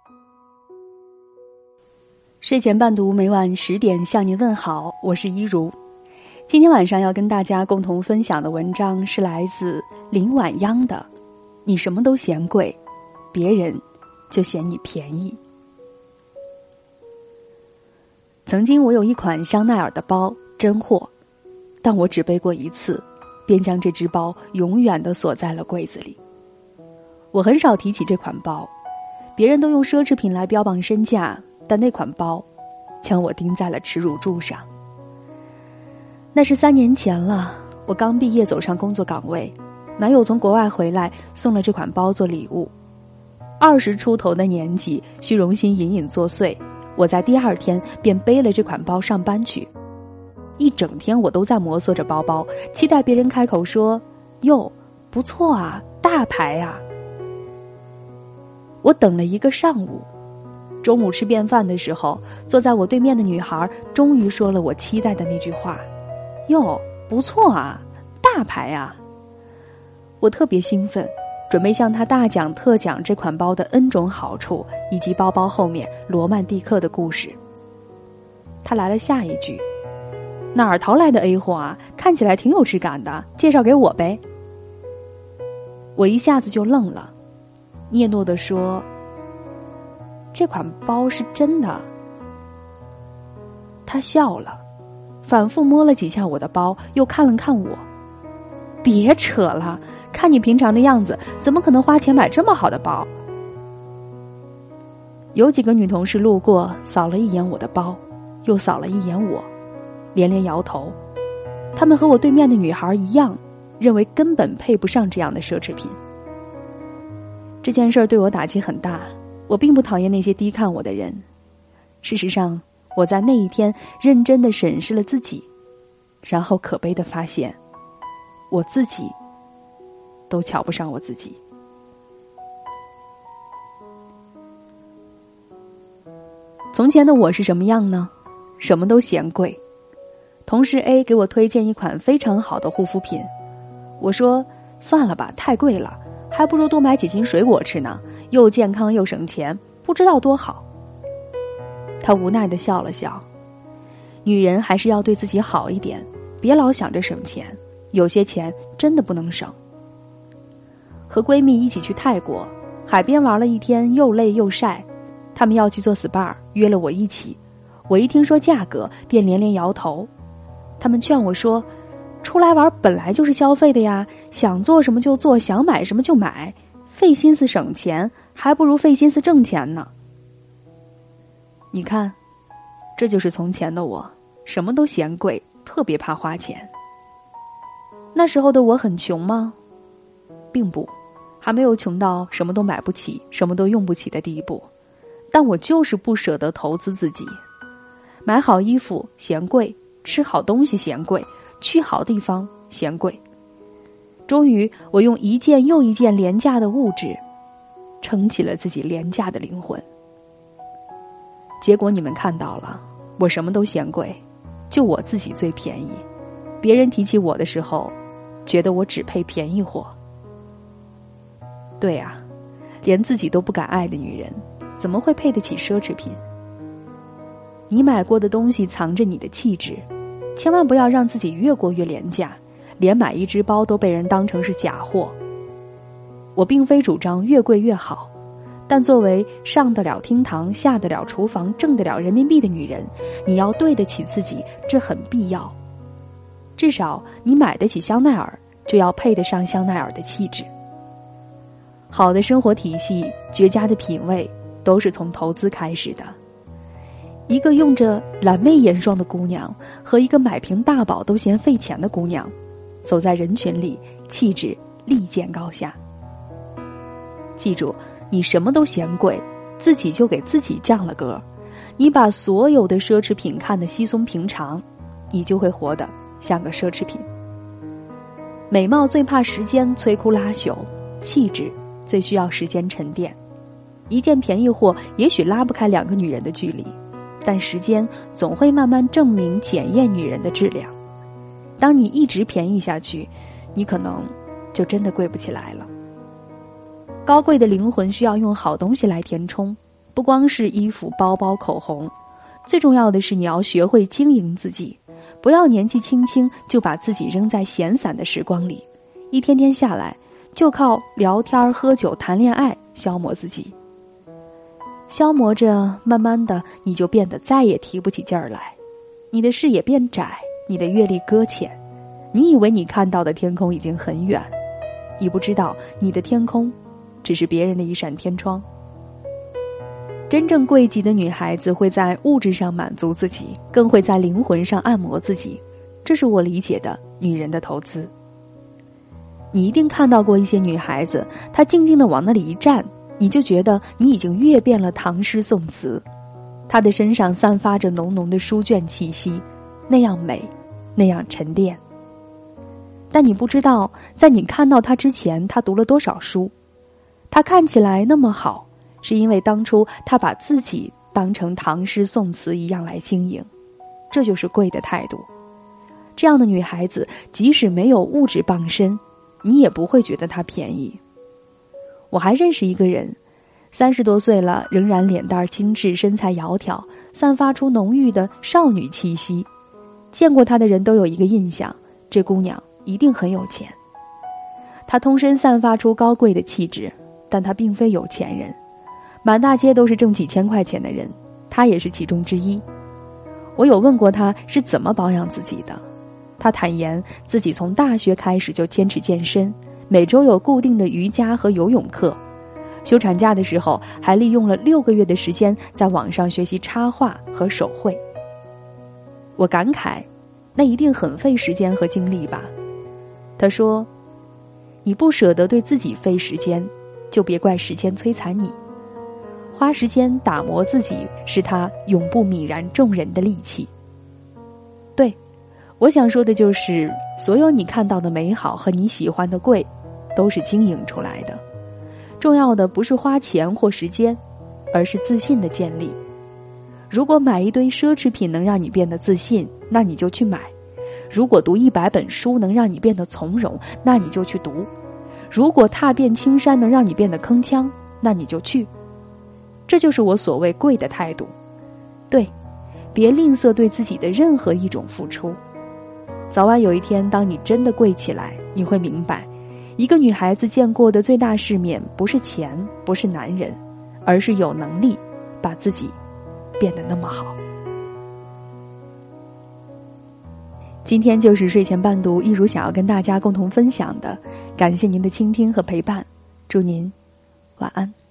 睡前伴读每晚10点向您问好，我是一如。今天晚上要跟大家共同分享的文章是来自林晚央的《你什么都嫌贵，别人就嫌你便宜》。曾经我有一款香奈儿的包，真货，但我只背过一次，便将这只包永远地锁在了柜子里。我很少提起这款包，别人都用奢侈品来标榜身价，但那款包将我钉在了耻辱柱上。那是3年前了，我刚毕业走上工作岗位，男友从国外回来送了这款包做礼物。20出头的年纪，虚荣心隐隐作祟，我在第2天便背了这款包上班去。一整天我都在摩挲着包包，期待别人开口说：哟，不错啊，大牌啊。我等了1个上午，中午吃便饭的时候，坐在我对面的女孩终于说了我期待的那句话：哟，不错啊，大牌啊。我特别兴奋，准备向她大讲特讲这款包的 N 种好处，以及包包后面罗曼蒂克的故事。她来了下一句：哪儿淘来的 A 货啊，看起来挺有质感的，介绍给我呗。我一下子就愣了，嗫嚅地说：这款包是真的。他笑了，反复摸了几下我的包，又看了看我。别扯了，看你平常的样子，怎么可能花钱买这么好的包？有几个女同事路过，扫了一眼我的包，又扫了一眼我，连连摇头。她们和我对面的女孩一样，认为根本配不上这样的奢侈品。这件事对我打击很大，我并不讨厌那些低看我的人。事实上，我在那一天认真地审视了自己，然后可悲地发现，我自己都瞧不上我自己。从前的我是什么样呢？什么都嫌贵。同事 A 给我推荐一款非常好的护肤品，我说算了吧，太贵了，还不如多买几斤水果吃呢，又健康又省钱，不知道多好。他无奈地笑了笑，女人还是要对自己好一点，别老想着省钱，有些钱真的不能省。和闺蜜一起去泰国，海边玩了一天，又累又晒，她们要去做 SPA， 约了我一起。我一听说价格，便连连摇头。她们劝我说，出来玩本来就是消费的呀，想做什么就做，想买什么就买，费心思省钱，还不如费心思挣钱呢。你看，这就是从前的我，什么都嫌贵，特别怕花钱。那时候的我很穷吗？并不，还没有穷到什么都买不起，什么都用不起的地步。但我就是不舍得投资自己，买好衣服嫌贵，吃好东西嫌贵，去好地方嫌贵。终于，我用一件又一件廉价的物质，撑起了自己廉价的灵魂。结果你们看到了，我什么都嫌贵，就我自己最便宜。别人提起我的时候，觉得我只配便宜货。对啊，连自己都不敢爱的女人，怎么会配得起奢侈品？你买过的东西藏着你的气质，千万不要让自己越过越廉价，连买一只包都被人当成是假货。我并非主张越贵越好，但作为上得了厅堂下得了厨房挣得了人民币的女人，你要对得起自己，这很必要。至少你买得起香奈儿，就要配得上香奈儿的气质。好的生活体系，绝佳的品味，都是从投资开始的。一个用着蓝妹眼霜的姑娘和一个买瓶大宝都嫌费钱的姑娘，走在人群里，气质立见高下。记住，你什么都嫌贵，自己就给自己降了格。你把所有的奢侈品看得稀松平常，你就会活得像个奢侈品。美貌最怕时间摧枯拉朽，气质最需要时间沉淀。一件便宜货也许拉不开2个女人的距离，但时间总会慢慢证明检验女人的质量。当你一直便宜下去，你可能就真的贵不起来了。高贵的灵魂需要用好东西来填充， 不光是衣服、包包、口红，最重要的是你要学会经营自己，不要年纪轻轻就把自己扔在闲散的时光里，一天天下来就靠聊天、喝酒、谈恋爱消磨自己。消磨着，慢慢的你就变得再也提不起劲儿来，你的视野变窄，你的阅历搁浅，你以为你看到的天空已经很远，你不知道你的天空只是别人的一扇天窗。真正贵极的女孩子会在物质上满足自己，更会在灵魂上按摩自己，这是我理解的女人的投资。你一定看到过一些女孩子，她静静地往那里一站，你就觉得你已经阅遍了唐诗宋词，她的身上散发着浓浓的书卷气息，那样美，那样沉淀。但你不知道，在你看到她之前，她读了多少书。她看起来那么好，是因为当初她把自己当成唐诗宋词一样来经营，这就是贵的态度。这样的女孩子，即使没有物质傍身，你也不会觉得她便宜。我还认识一个人，30多岁了，仍然脸蛋精致，身材窈窕，散发出浓郁的少女气息。见过她的人都有一个印象，这姑娘一定很有钱。她通身散发出高贵的气质，但她并非有钱人，满大街都是挣几千块钱的人，她也是其中之一。我有问过她是怎么保养自己的，她坦言自己从大学开始就坚持健身，每周有固定的瑜伽和游泳课，休产假的时候还利用了6个月的时间在网上学习插画和手绘。我感慨，那一定很费时间和精力吧。她说，你不舍得对自己费时间，就别怪时间摧残你。花时间打磨自己，是她永不泯然众人的利器。对，我想说的就是，所有你看到的美好和你喜欢的贵，都是经营出来的。重要的不是花钱或时间，而是自信的建立。如果买一堆奢侈品能让你变得自信，那你就去买；如果读100本书能让你变得从容，那你就去读；如果踏遍青山能让你变得铿锵，那你就去。这就是我所谓贵的态度。对，别吝啬对自己的任何一种付出。早晚有一天，当你真的贵起来，你会明白，一个女孩子见过的最大世面，不是钱，不是男人，而是有能力把自己变得那么好。今天就是睡前伴读一如想要跟大家共同分享的，感谢您的倾听和陪伴，祝您晚安。